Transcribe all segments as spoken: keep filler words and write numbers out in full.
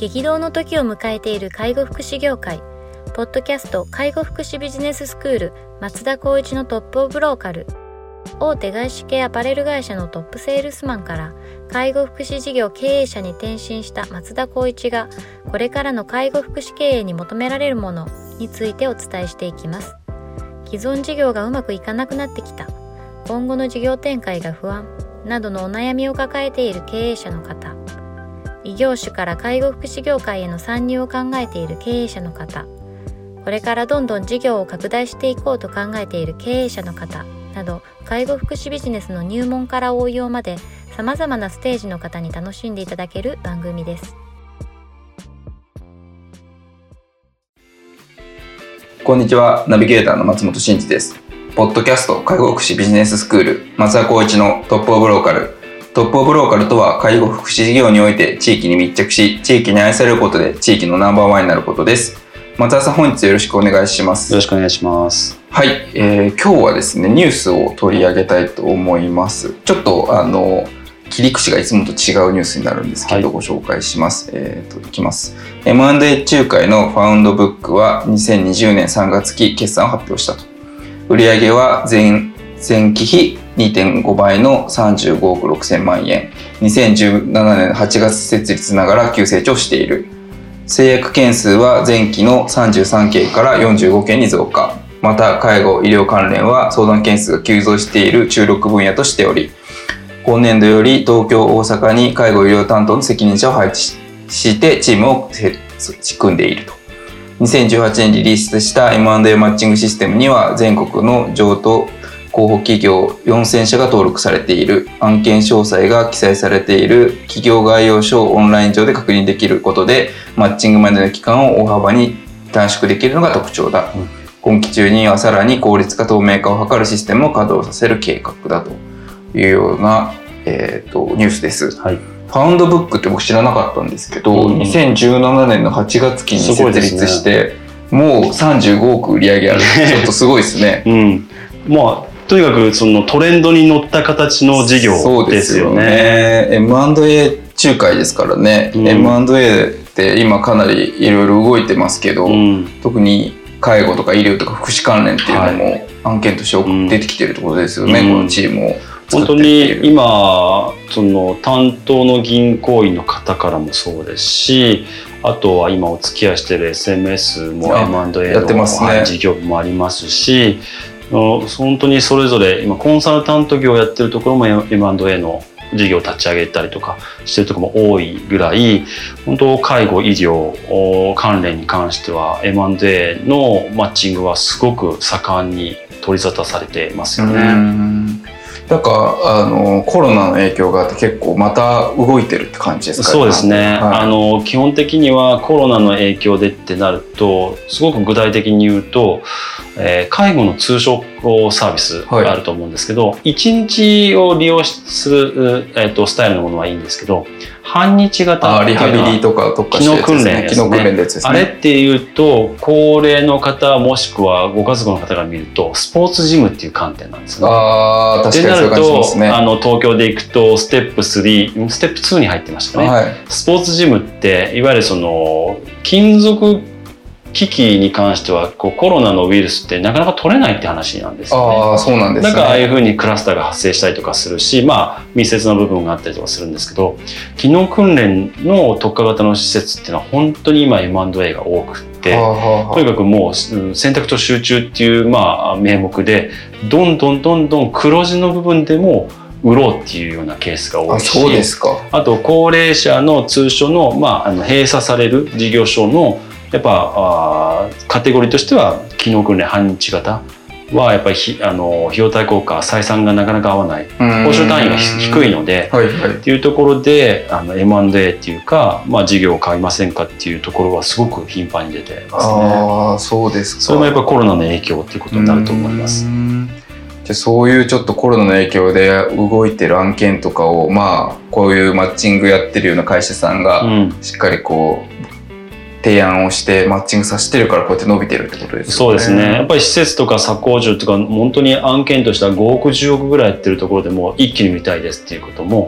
激動の時を迎えている介護福祉業界。ポッドキャスト介護福祉ビジネススクール松田光一のトップオブローカル。大手外資系アパレル会社のトップセールスマンから介護福祉事業経営者に転身した松田光一が、これからの介護福祉経営に求められるものについてお伝えしていきます。既存事業がうまくいかなくなってきた、今後の事業展開が不安などのお悩みを抱えている経営者の方、異業種から介護福祉業界への参入を考えている経営者の方、これからどんどん事業を拡大していこうと考えている経営者の方など、介護福祉ビジネスの入門から応用まで様々なステージの方に楽しんでいただける番組です。 こんにちは、ナビゲーターの松本真嗣です。ポッドキャスト介護福祉ビジネススクール松田光一のトップオブローカル。トップオブローカルとは、介護福祉事業において地域に密着し、地域に愛されることで地域のナンバーワンになることです。松田さん、本日よろしくお願いします。 よろしくお願いします。 はい、えー、今日はですね、ニュースを取り上げたいと思います。ちょっとあの切り口がいつもと違うニュースになるんですけど、はい、ご紹介します。えーと、いきます。エムアンドエー 仲介のファウンドブックはにせんにじゅうねんさんがつ期決算を発表したと。売上は前前期比 にてんご 倍のさんじゅうごおくろくせんまんえん。にせんじゅうななねんはちがつ設立ながら急成長している。制約件数は前期のさんじゅうさんけんからよんじゅうごけんに増加。また、介護・医療関連は相談件数が急増している注力分野としており、今年度より東京・大阪に介護・医療担当の責任者を配置してチームを組んでいると。にせんじゅうはちねんにリリースした エムアンドエー マッチングシステムには、全国の譲渡候補企業よんせんしゃが登録されている。案件詳細が記載されている企業概要書をオンライン上で確認できることで、マッチングまでの期間を大幅に短縮できるのが特徴だ。うん、今期中にはさらに効率化透明化を図るシステムを稼働させる計画だというような、えー、とニュースです。はい、ファウンドブックって僕知らなかったんですけど、うん、にせんじゅうななねんのはちがつ期に設立して、ね、もうさんじゅうごおく売り上げあるちょっとすごいですね。うん、 まあとにかくそのトレンドに乗った形の事業ですよね。そうですよね。 エムアンドエー 仲介ですからね、うん、エムアンドエー って今かなりいろいろ動いてますけど、うん、特に介護とか医療とか福祉関連っていうのも案件として出てきてるってことですよね、うん、このチームを本当に今その担当の銀行員の方からもそうですし、あとは今お付き合いしている エスエムエス も エムアンドエー のやってますね、事業部もありますし、本当にそれぞれ今コンサルタント業をやってるところも エムアンドエー の事業を立ち上げたりとかしてるところも多いぐらい、本当介護医療関連に関しては エムアンドエー のマッチングはすごく盛んに取り沙汰されてますよね。うーん、 なんかあのコロナの影響があって結構また動いてるって感じですかね。 そうですね、はい、あの基本的にはコロナの影響でってなると、すごく具体的に言うと、えー、介護の通所サービスがあると思うんですけど、はい、いちにちを利用する、えー、とスタイルのものはいいんですけど、半日型っていうのはリハビリとか特化したやつですね。機能訓練ですね。 あれっていうと高齢の方もしくはご家族の方が見るとスポーツジムっていう観点なんですね。 ああ、確かにそういう感じですね。 あの東京で行くとステップスリー、ステップツーに入ってましたね。はい、スポーツジムっていわゆるその金属機器に関してはこうコロナのウイルスってなかなか取れないって話なんですよね。 ああ、そうなんですね。 だからああいうふうにクラスターが発生したりとかするし、まあ密接な部分があったりとかするんですけど、機能訓練の特化型の施設っていうのは本当に今 エムアンドエー が多くって、はあはあ、とにかくもう選択と集中っていうまあ名目でどんどんどんどん黒字の部分でも売ろうっていうようなケースが多いし、 あ、そうですか。 あと高齢者の通所の、まあ、あの閉鎖される事業所のやっぱあカテゴリーとしては機能訓練半日型はやっぱりひあの費用対効果採算がなかなか合わない、報酬単位が低いので、はいはい、っていうところであの エムアンドエー っていうか、まあ、事業を買いませんかっていうところはすごく頻繁に出てますね。 あ、そうですか。 それもやっぱコロナの影響っていうことになると思います。 じゃあそういうちょっとコロナの影響で動いてる案件とかを、まあこういうマッチングやってるような会社さんがしっかりこう提案をしてマッチングさせてるからこうやって伸びてるってことですよね。 そうですね。やっぱり施設とか作工場とか本当に案件としてはごおくじゅうおくぐらいやってるところでも一気に見たいですっていうことも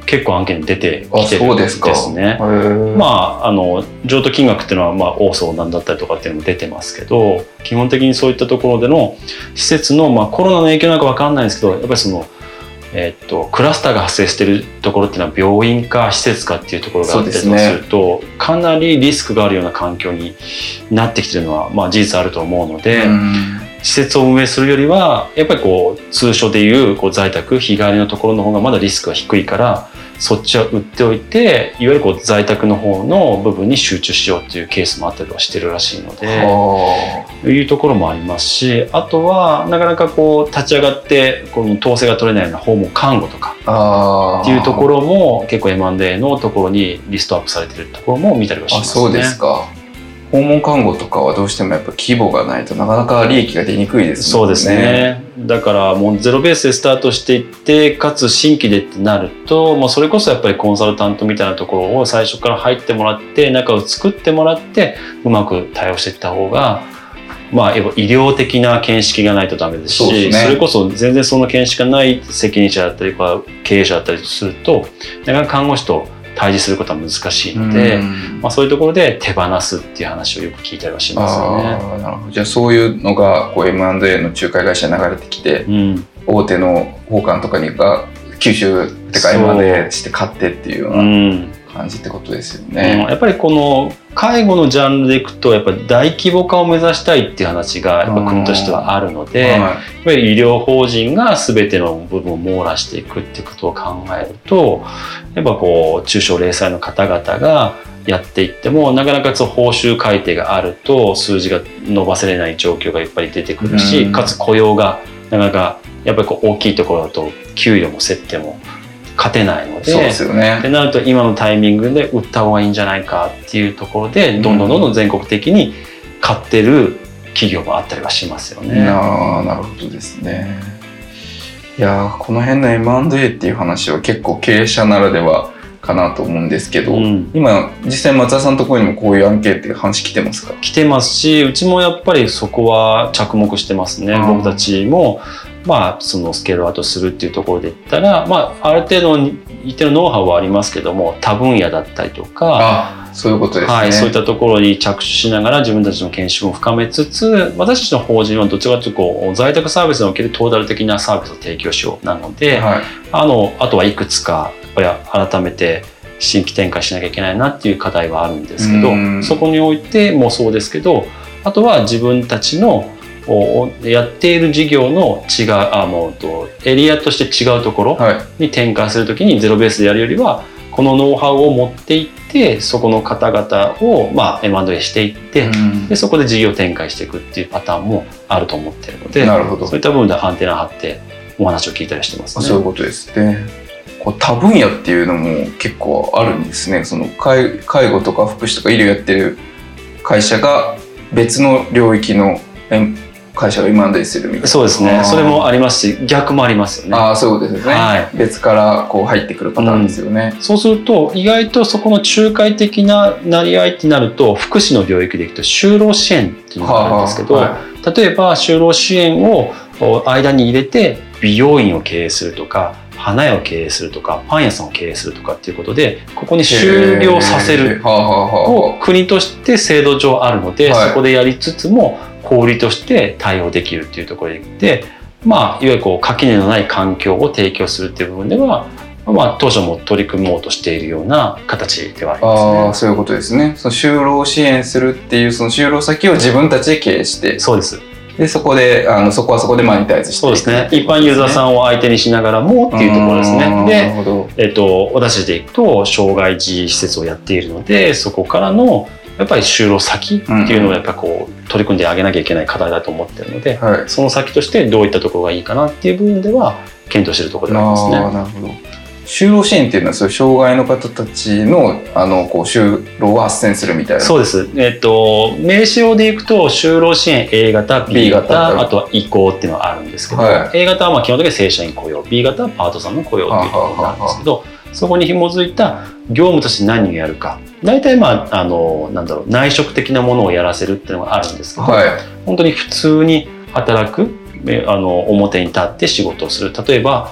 結構案件出てきてるんですね。まああの譲渡金額っていうのはまあ大相談だったりとかっていうのも出てますけど、基本的にそういったところでの施設の、まあ、コロナの影響なんか分かんないんですけど、やっぱりその、えー、っとクラスターが発生しているところっていうのは病院か施設かっていうところがあったりとかすると、ね、かなりリスクがあるような環境になってきてるのは、まあ、事実あると思うので。施設を運営するよりはやっぱりこう通所でいうこう在宅日帰りのところの方がまだリスクが低いから、そっちは売っておいていわゆるこう在宅の方の部分に集中しようっていうケースもあったりはしてるらしいので、というところもありますし、あとはなかなかこう立ち上がってこの統制が取れないような訪問看護とかっていうところも結構 エムアンドエー のところにリストアップされてるところも見たりはしますね。 あ、そうですか。訪問看護とかはどうしてもやっぱ規模がないとなかなか利益が出にくいですもんね。 そうですね。だからもうゼロベースでスタートしていってかつ新規でってなると、もうそれこそやっぱりコンサルタントみたいなところを最初から入ってもらって中を作ってもらってうまく対応していった方が、まあ、医療的な見識がないとダメですし、 そうですね、それこそ全然その見識がない責任者だったり経営者だったりするとなかなか看護師と対峙することは難しいので、まあ、そういうところで手放すっていう話をよく聞いたりはしますよね。 あ、なるほど。じゃあそういうのがこう エムアンドエー の仲介会社に流れてきて、うん、大手の宝冠とかにが吸収ってか エムアンドエー して買ってっていうような感じってことですよね。 うん、やっぱりこの介護のジャンルでいくとやっぱり大規模化を目指したいっていう話がやっぱ国としてはあるので、はい、やっぱり医療法人が全ての部分を網羅していくっていうことを考えると、やっぱこう中小零細の方々がやっていってもなかなかその報酬改定があると数字が伸ばせれない状況がいっぱい出てくるし、かつ雇用がなかなかやっぱりこう大きいところだと給与も設定も勝てないので、 そうですよね。 ってなると今のタイミングで売った方がいいんじゃないかっていうところでどんどんどんどん全国的に買ってる企業もあったりはしますよね。 あ、なるほどですね。いやこの辺の エムアンドエー っていう話は結構経営者ならではかなと思うんですけど、うん、今実際松田さんのところにもこういう案件っていう話来てますか？ 来てますし、うちもやっぱりそこは着目してますね。僕たちもまあそのスケールアウトするっていうところで言ったら、まあある程度一定のノウハウはありますけども、多分野だったりとか、 あ、そういうことですね。 はい、そういったところに着手しながら自分たちの研修も深めつつ、私たちの法人はどちらかというとこう在宅サービスにおけるトータル的なサービスを提供しようなので、はい、あのあとはいくつかやっぱり改めて新規展開しなきゃいけないなっていう課題はあるんですけど、そこにおいてもそうですけど、あとは自分たちのやっている事業の違うあもうとエリアとして違うところに展開するときにゼロベースでやるよりはこのノウハウを持っていってそこの方々を、まあ、エムアンドエー していって、うん、でそこで事業展開していくっていうパターンもあると思っているので、 なるほど、 そういった部分でアンテナ張ってお話を聞いたりしてますね。 そういうことですね。こう多分野っていうのも結構あるんですね。その 介, 介護とか福祉とか医療やってる会社が別の領域の会社が エムアンドエー するみたいな。 そうですね。それもありますし逆もありますよね。 ああ、そういうことですね、はい、別からこう入ってくるパターンですよね、 うん、そうすると意外とそこの仲介的ななり合いってなると福祉の領域でいくと就労支援っていうのがあるんですけど、はあはあ、例えば就労支援を間に入れて美容院を経営するとか花屋を経営するとかパン屋さんを経営するとかっていうことでここに終了させるを国として制度上あるので、はい、そこでやりつつも小売りとして対応できるっていうところでいって、まあ、いわゆるこう垣根のない環境を提供するっていう部分では、まあ、当初も取り組もうとしているような形ではありますね。 ああ、そういうことですね。その就労を支援するっていうその就労先を自分たちで経営して、 そうです。 でそこであのそこはそこでマネタイズしていく、 そうですね。一般ユーザーさんを相手にしながらもっていうところですね。で、えっと、私たちでいくと障害児施設をやっているのでそこからのやっぱり就労先っていうのをやっぱこう取り組んであげなきゃいけない課題だと思っているので、はい、その先としてどういったところがいいかなっていう部分では検討しているところでありますね。 あ、なるほど。就労支援っていうのはそういう障害の方たちのあのこう就労を斡旋するみたいな。 そうです。えっと名詞用でいくと就労支援 エー 型 ビー 型あとは移行っていうのがあるんですけど、はい、エー 型はまあ基本的に正社員雇用 ビー 型はパートさんの雇用っていうところなんですけど、そこに紐づいた業務として何をやるか、大体まああのなんだろう内職的なものをやらせるっていうのがあるんですけど、はい、本当に普通に働くあの表に立って仕事をする。例えば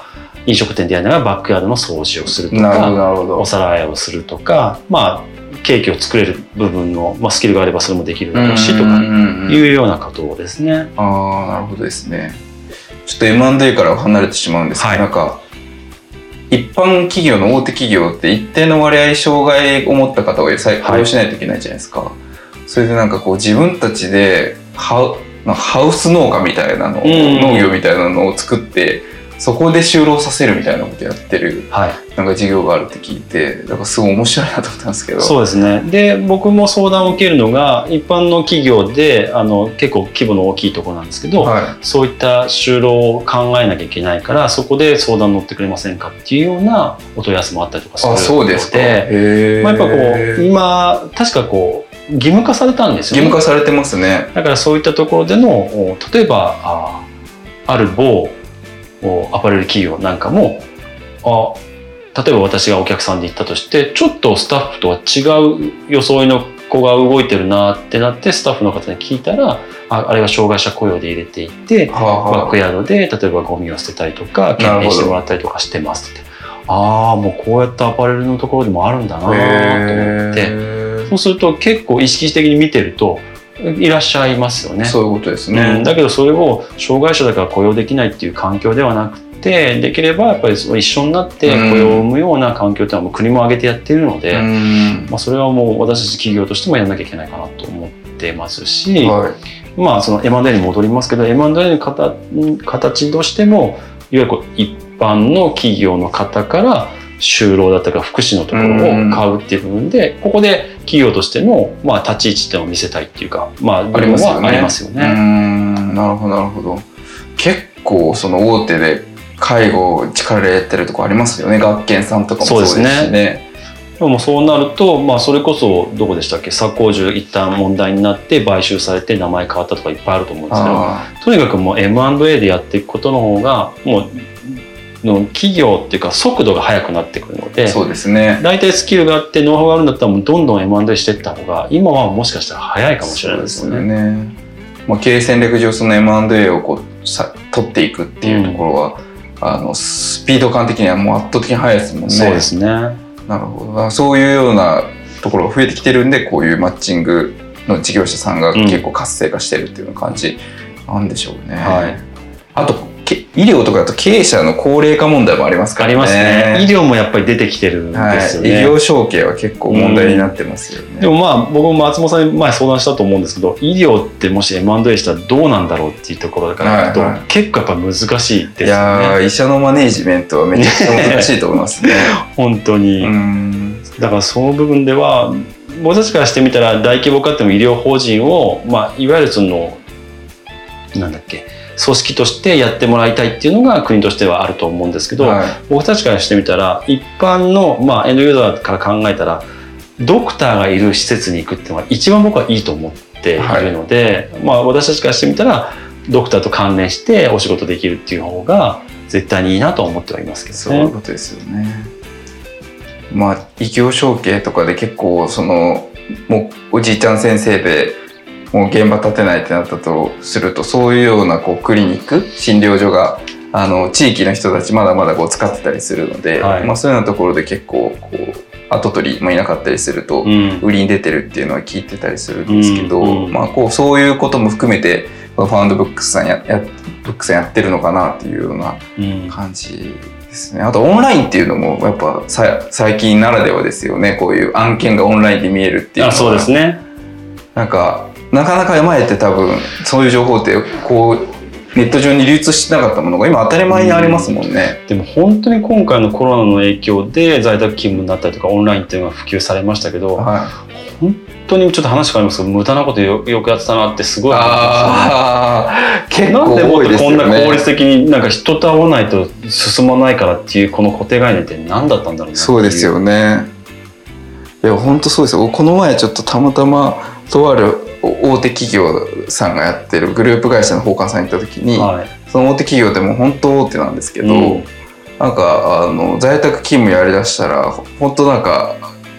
飲食店でやりながらバックヤードの掃除をするとか、お皿洗いをするとか、まあケーキを作れる部分の、まあ、スキルがあればそれもできるだろうしとかいうようなことですね。 ああ、なるほどですね。ちょっと エムアンドエー から離れてしまうんですけど、はい、なんか一般企業の大手企業って一定の割合障害を持った方を雇用しないといけないじゃないですか、はい、それでなんかこう自分たちでハウ、ハウス農家みたいなのを、うん、農業みたいなのを作ってそこで就労させるみたいなことやってる、はい、なんか事業があるって聞いて、だからすごい面白いなと思ったんですけど。 そうですね。で僕も相談を受けるのが一般の企業であの結構規模の大きいところなんですけど、はい、そういった就労を考えなきゃいけないからそこで相談乗ってくれませんかっていうようなお問い合わせもあったりとかするので、あ、そうですか。へー、まあ、やっぱこう今確かこう義務化されたんですよね。 義務化されてますね。 だからそういったところでの例えばあある某アパレル企業なんかもあ例えば私がお客さんで行ったとしてちょっとスタッフとは違う装いの子が動いてるなってなってスタッフの方に聞いたら あ, あれは障害者雇用で入れていて、はあはあ、バックヤードで例えばゴミを捨てたりとか検品してもらったりとかしてますって。ああ、もうこうやったアパレルのところでもあるんだなと思って、そうすると結構意識的に見てるといらっしゃいますよね。 そういうことですね、 うん、だけどそれを障害者だから雇用できないっていう環境ではなくて、できればやっぱり一緒になって雇用を生むような環境っていうのはもう国も挙げてやっているので、まあ、それはもう私たち企業としてもやらなきゃいけないかなと思ってますし、はい、まあその エムアンドエー に戻りますけど エムアンドエー の形、形としてもいわゆるこう一般の企業の方から就労だったり福祉のところを買うっていう部分で、ここで企業としてのまあ立ち位置っていうのを見せたいっていうか、まあ部分はありますよね。 うーん、なるほどなるほど。結構その大手で介護を力でやってるとこありますよね。学研さんとかもそうですしね。そうですね。 でもそうなると、まあ、それこそどこでしたっけ、佐光樹一旦問題になって買収されて名前変わったとかいっぱいあると思うんですけど、とにかくもう エムアンドエー でやっていくことの方がもうの企業っていうか速度が速くなってくるので、 そうですね。 大体スキルがあってノウハウがあるんだったらもうどんどん エムアンドエー していった方が今はもしかしたら早いかもしれないですよね。そうですね。 まあ、経営戦略上その エムアンドエー をこうさ取っていくっていうところは、うん、あのスピード感的にはもう圧倒的に速いですもんね。 そうですね。 なるほど。そういうようなところが増えてきてるんで、こういうマッチングの事業者さんが結構活性化してるっていうような感じなんでしょうね。うん、はい。あと医療とかだと経営者の高齢化問題もありますからね。 ありますね。医療もやっぱり出てきてるんですよね。 はい、医療承継は結構問題になってますよね。 うん、でもまあ僕も松本さんに前相談したと思うんですけど、医療ってもし エムアンドエー したらどうなんだろうっていうところだから、はいはい、結構やっぱ難しいですよね。いや医者のマネージメントはめちゃくちゃ難しいと思いますね。 本当に。うんだからその部分では僕たちからしてみたら大規模化っても医療法人を、まあ、いわゆるそのなんだっけ組織としてやってもらいたいっていうのが国としてはあると思うんですけど、はい、僕たちからしてみたら一般の、まあ、エンドユーザーから考えたらドクターがいる施設に行くっていうのが一番僕はいいと思っているので、はい、まあ、私たちからしてみたらドクターと関連してお仕事できるっていう方が絶対にいいなと思ってはいますけどね。 そういうことですよね。まあ、医療承継とかで結構そのもうおじいちゃん先生でもう現場立てないってなったとすると、そういうようなこうクリニック診療所があの地域の人たちまだまだこう使ってたりするので、はい、まあ、そういうようなところで結構こう後取りもいなかったりすると売りに出てるっていうのは聞いてたりするんですけど、うんうん、まあ、こうそういうことも含めてファウンドブックスさんややブックさんやってるのかなっていうような感じですね。あとオンラインっていうのもやっぱさ最近ならではですよね。こういう案件がオンラインで見えるっていうのは。 あ、そうですね。 なんかなかなか前って多分そういう情報ってこうネット上に流通してなかったものが今当たり前にありますもんね。 うん、でも本当に今回のコロナの影響で在宅勤務になったりとかオンラインっていうのが普及されましたけど、はい、本当にちょっと話変わりますけど無駄なこと よ, よくやってたなってすごい思いますよね。結構多いですよね。なんでもっとこんな効率的になんか人と会わないと進まないからっていうこの固定概念って何だったんだろうな。 そうですよね。いや本当そうですよ。この前ちょっとたまたまとある大手企業さんがやってるグループ会社の訪韓さんに行った時に、はい、その大手企業でも本当大手なんですけど、うん、なんかあの在宅勤務やりだしたら本当なんか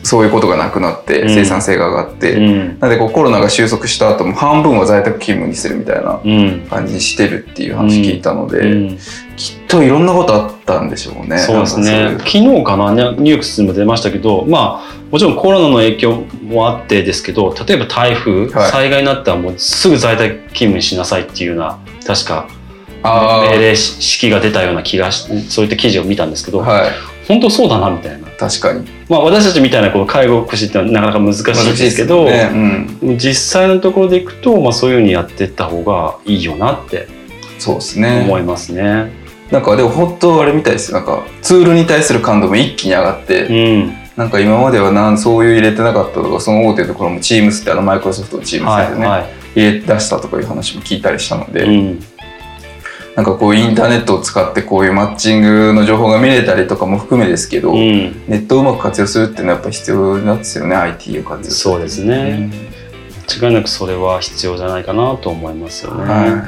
そういうことがなくなって生産性が上がって、 うん、 なのでこうコロナが収束した後も半分は在宅勤務にするみたいな感じにしてるっていう話聞いたので、うんうん、きっといろんなことあったんでしょうね。 そうですね。昨日かなニュースにも出ましたけど、まあもちろんコロナの影響もあってですけど、例えば台風、はい、災害になったらもうすぐ在宅勤務にしなさいっていうような確か命令式が出たような気がし、そういった記事を見たんですけど、はい、本当そうだなみたいな。 確かに。 まあ私たちみたいなこの介護福祉ってなかなか難しいですけど、ねうん、実際のところでいくと、まあ、そういうふうにやっていった方がいいよなってそうですね思いますね。 なんかでも本当あれみたいですよ。なんかツールに対する感度も一気に上がって、うん、なんか今まではなんそういう入れてなかったとか、その大手のところも Teams ってあのマイクロソフトの Teams でね、はいはい、入れ出したとかいう話も聞いたりしたので、うん、なんかこうインターネットを使ってこういうマッチングの情報が見れたりとかも含めですけど、うん、ネットをうまく活用するっていうのはやっぱ必要なんですよね。 アイティー を活用する。 そうですね、うん、間違いなくそれは必要じゃないかなと思いますよね、はい、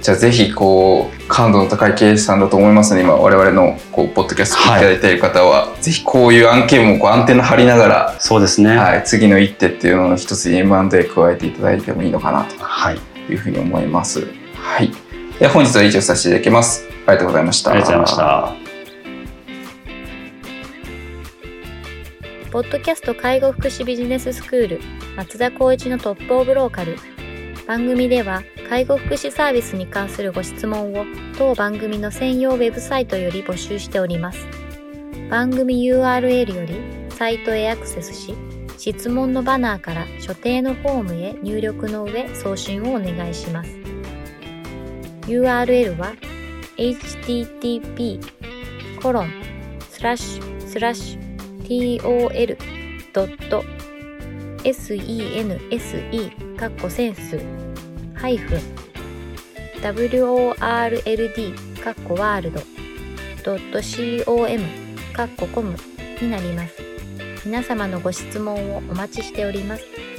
じゃあぜひこう感度の高い経営者さんだと思いますので、今我々のこうポッドキャストを聞いていただいている方は、はい、ぜひこういう案件もこうアンテナ張りながら、 そうですね、 はい、次の一手っていうのの一つに エムアンドエー 加えていただいてもいいのかなというふうに思います、はい。では本日は以上させていただきます。ありがとうございました。 ありがとうございました。 ポッドキャスト介護福祉ビジネススクール松田光一のトップオブローカル。番組では介護福祉サービスに関するご質問を当番組の専用ウェブサイトより募集しております。番組 ユーアールエル よりサイトへアクセスし、質問のバナーから所定のフォームへ入力の上送信をお願いします。ユーアールエル は エイチティーティーピーコロンスラッシュスラッシュ tol ドット sense かっこセンスハイフン world かっこワールドドット com かっこコムになります。皆様のご質問をお待ちしております。